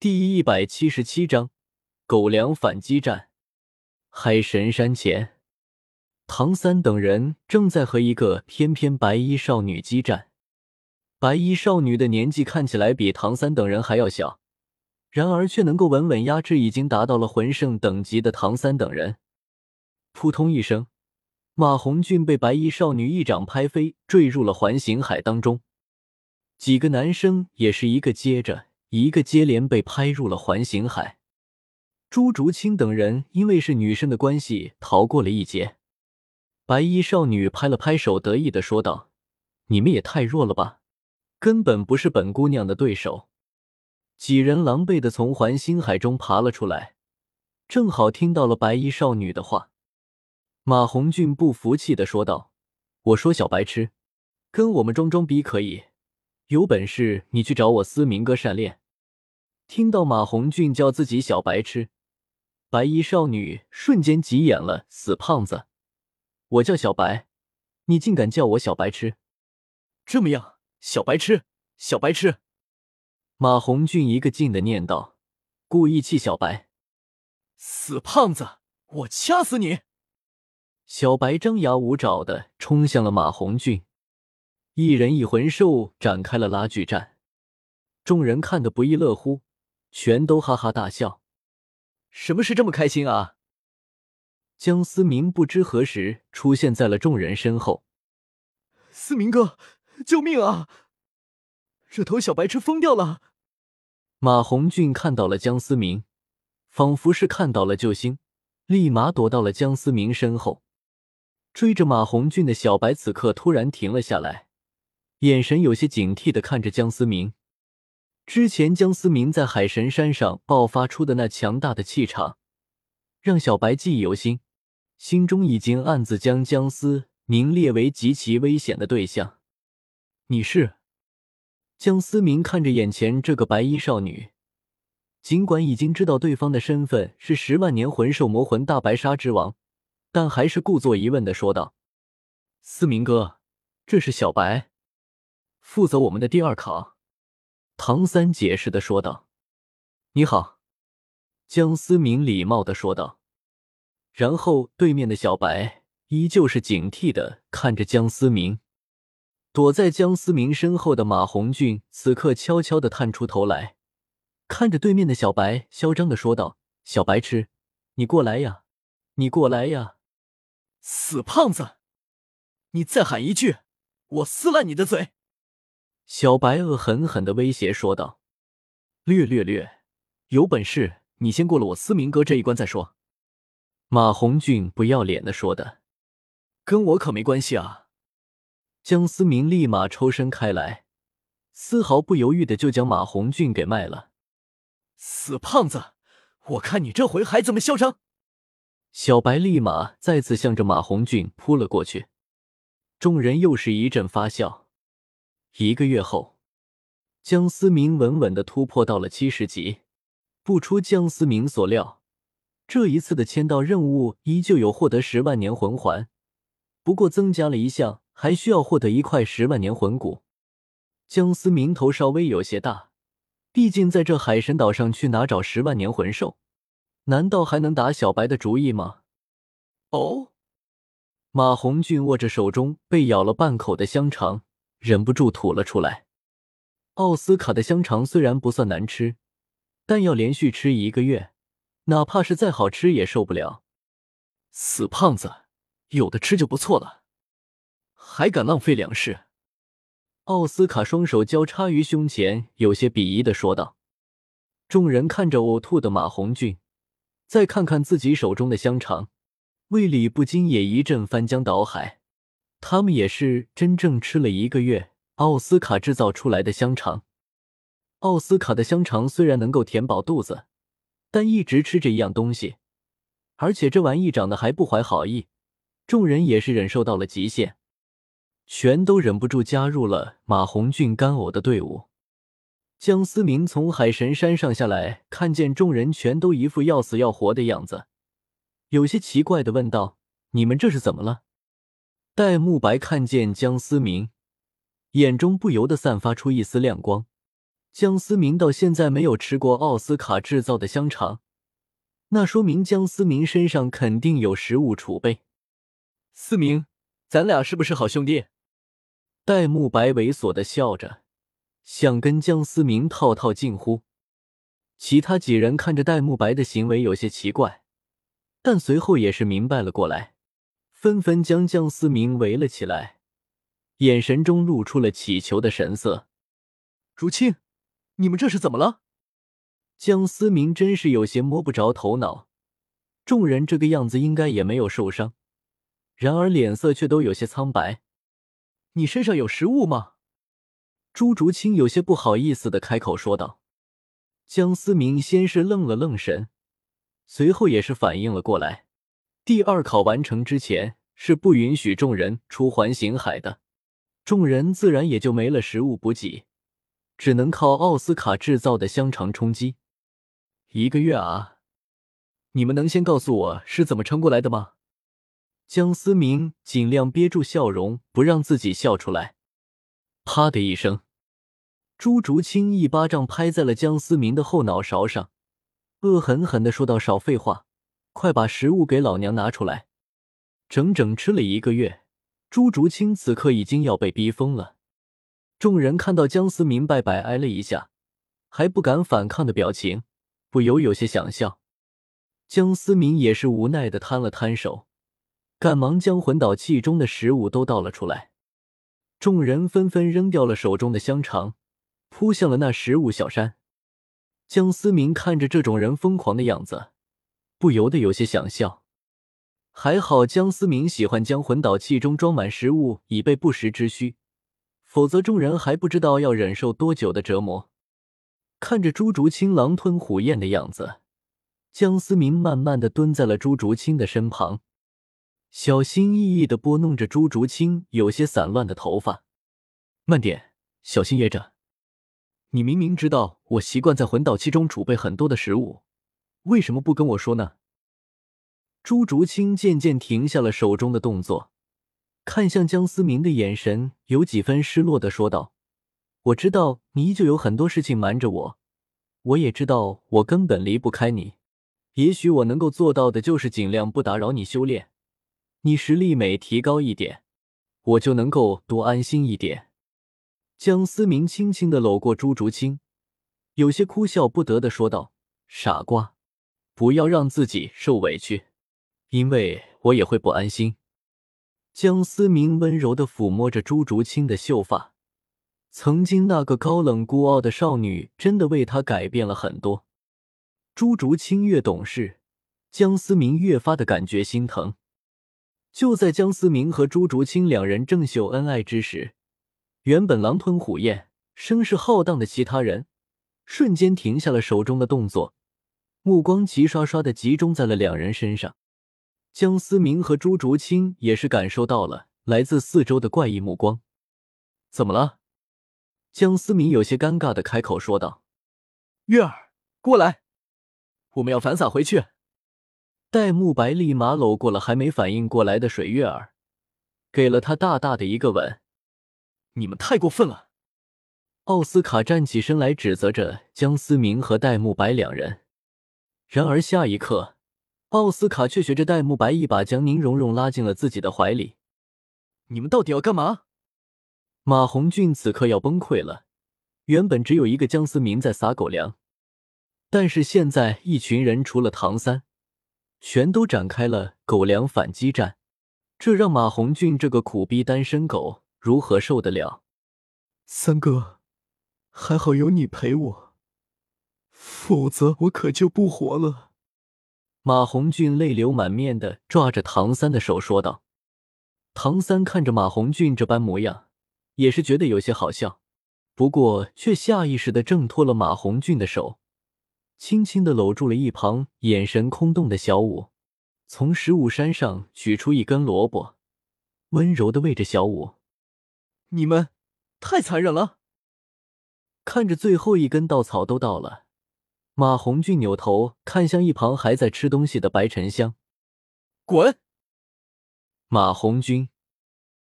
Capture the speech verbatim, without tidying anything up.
第一百七十七章狗粮反击战。海神山前，唐三等人正在和一个翩翩白衣少女激战。白衣少女的年纪看起来比唐三等人还要小，然而却能够稳稳压制已经达到了魂圣等级的唐三等人。扑通一声，马红俊被白衣少女一掌拍飞，坠入了环形海当中。几个男生也是一个接着一个接连被拍入了环形海。朱竹清等人因为是女生的关系逃过了一劫。白衣少女拍了拍手，得意地说道：“你们也太弱了吧，根本不是本姑娘的对手。”几人狼狈地从环形海中爬了出来，正好听到了白衣少女的话。马红俊不服气地说道：“我说小白痴，跟我们庄庄比可以，有本事你去找我思明哥善练。”听到马红俊叫自己小白痴，白衣少女瞬间急眼了：“死胖子，我叫小白，你竟敢叫我小白痴？这么样，小白痴，小白痴！”马红俊一个劲的念道，故意气小白：“死胖子，我掐死你！”小白张牙舞爪的冲向了马红俊，一人一魂兽展开了拉锯战。众人看得不亦乐乎，全都哈哈大笑。什么事这么开心啊？江思明不知何时出现在了众人身后。思明哥，救命啊！这头小白痴疯掉了！马红俊看到了江思明，仿佛是看到了救星，立马躲到了江思明身后。追着马红俊的小白此刻突然停了下来，眼神有些警惕地看着江思明。之前江思明在海神山上爆发出的那强大的气场，让小白记忆犹新，心中已经暗自将江思明列为极其危险的对象。你是？江思明看着眼前这个白衣少女，尽管已经知道对方的身份是十万年魂兽魔魂大白鲨之王，但还是故作疑问地说道：“思明哥，这是小白，负责我们的第二考。”唐三解释地说道：“你好。”江思明礼貌地说道。然后对面的小白依旧是警惕地看着江思明。躲在江思明身后的马红俊此刻悄悄地探出头来，看着对面的小白，嚣张地说道：“小白痴，你过来呀，你过来呀！死胖子，你再喊一句，我撕烂你的嘴！”小白恶狠狠地威胁说道：“略略略，有本事你先过了我思明哥这一关再说。”马红俊不要脸地说的：“跟我可没关系啊！”江思明立马抽身开来，丝毫不犹豫的就将马红俊给卖了。“死胖子，我看你这回还怎么嚣张！”小白立马再次向着马红俊扑了过去。众人又是一阵发笑。一个月后，江思明稳稳地突破到了七十级。不出江思明所料，这一次的签到任务依旧有获得十万年魂环，不过增加了一项，还需要获得一块十万年魂骨。江思明头稍微有些大，毕竟在这海神岛上去哪找十万年魂兽？难道还能打小白的主意吗？哦，马红俊握着手中被咬了半口的香肠，忍不住吐了出来。奥斯卡的香肠虽然不算难吃，但要连续吃一个月，哪怕是再好吃也受不了。死胖子，有的吃就不错了，还敢浪费粮食！奥斯卡双手交叉于胸前，有些鄙夷地说道。众人看着呕吐的马红俊，再看看自己手中的香肠，胃里不禁也一阵翻江倒海。他们也是真正吃了一个月奥斯卡制造出来的香肠。奥斯卡的香肠虽然能够填饱肚子，但一直吃这一样东西，而且这玩意长得还不怀好意，众人也是忍受到了极限，全都忍不住加入了马红俊干呕的队伍。江思明从海神山上下来，看见众人全都一副要死要活的样子，有些奇怪地问道：“你们这是怎么了？”戴沐白看见江思明，眼中不由得散发出一丝亮光， 江思明到现在没有吃过奥斯卡制造的香肠，那说明江思明身上肯定有食物储备。思明，咱俩是不是好兄弟？戴沐白猥琐地笑着，想跟江思明套套近乎。其他几人看着戴沐白的行为有些奇怪，但随后也是明白了过来，纷纷将江思明围了起来，眼神中露出了乞求的神色。竹青，你们这是怎么了？江思明真是有些摸不着头脑，众人这个样子应该也没有受伤，然而脸色却都有些苍白。你身上有食物吗？朱竹清有些不好意思地开口说道。江思明先是愣了愣神，随后也是反应了过来，第二考完成之前是不允许众人出环形海的，众人自然也就没了食物补给，只能靠奥斯卡制造的香肠充饥。一个月啊？你们能先告诉我是怎么撑过来的吗？江思明尽量憋住笑容，不让自己笑出来。啪的一声，朱竹清一巴掌拍在了江思明的后脑勺上，恶狠狠地说道：少废话，快把食物给老娘拿出来。整整吃了一个月，朱竹清此刻已经要被逼疯了。众人看到江思明白白挨了一下，还不敢反抗的表情，不由有些想笑。江思明也是无奈地摊了摊手，赶忙将魂导器中的食物都倒了出来。众人纷纷扔掉了手中的香肠，扑向了那食物小山。江思明看着这种人疯狂的样子，不由得有些想笑。还好江思明喜欢将魂导器中装满食物以备不时之需，否则众人还不知道要忍受多久的折磨。看着朱竹清狼吞虎咽的样子，江思明慢慢地蹲在了朱竹清的身旁，小心翼翼地拨弄着朱竹清有些散乱的头发。慢点，小心噎着。你明明知道我习惯在魂导器中储备很多的食物，为什么不跟我说呢？朱竹清渐渐停下了手中的动作，看向江思明的眼神有几分失落地说道：我知道你依旧有很多事情瞒着我，我也知道我根本离不开你，也许我能够做到的就是尽量不打扰你修炼，你实力每提高一点，我就能够多安心一点。江思明轻轻地搂过朱竹清，有些哭笑不得地说道：傻瓜，不要让自己受委屈，因为我也会不安心。江思明温柔地抚摸着朱竹清的秀发，曾经那个高冷孤傲的少女真的为他改变了很多。朱竹清越懂事，江思明越发的感觉心疼。就在江思明和朱竹清两人正秀恩爱之时，原本狼吞虎咽、声势浩荡的其他人瞬间停下了手中的动作，目光齐刷刷地集中在了两人身上。江思明和朱竹清也是感受到了来自四周的怪异目光。怎么了？江思明有些尴尬地开口说道：月儿，过来，我们要反撒回去。戴沐白立马搂过了还没反应过来的水月儿，给了他大大的一个吻。你们太过分了！奥斯卡站起身来指责着江思明和戴沐白两人。然而下一刻，奥斯卡却学着戴沐白一把将宁荣荣拉进了自己的怀里。你们到底要干嘛？马红俊此刻要崩溃了，原本只有一个江思明在撒狗粮，但是现在一群人除了唐三，全都展开了狗粮反击战，这让马红俊这个苦逼单身狗如何受得了？ 三哥，还好有你陪我，否则我可就不活了。 马红俊泪流满面地抓着唐三的手说道。唐三看着马红俊这般模样，也是觉得有些好笑，不过却下意识地挣脱了马红俊的手，轻轻地搂住了一旁眼神空洞的小舞，从食物山上取出一根萝卜，温柔地喂着小舞。你们太残忍了！看着最后一根稻草都到了，马红俊扭头看向一旁还在吃东西的白沉香。滚！马红俊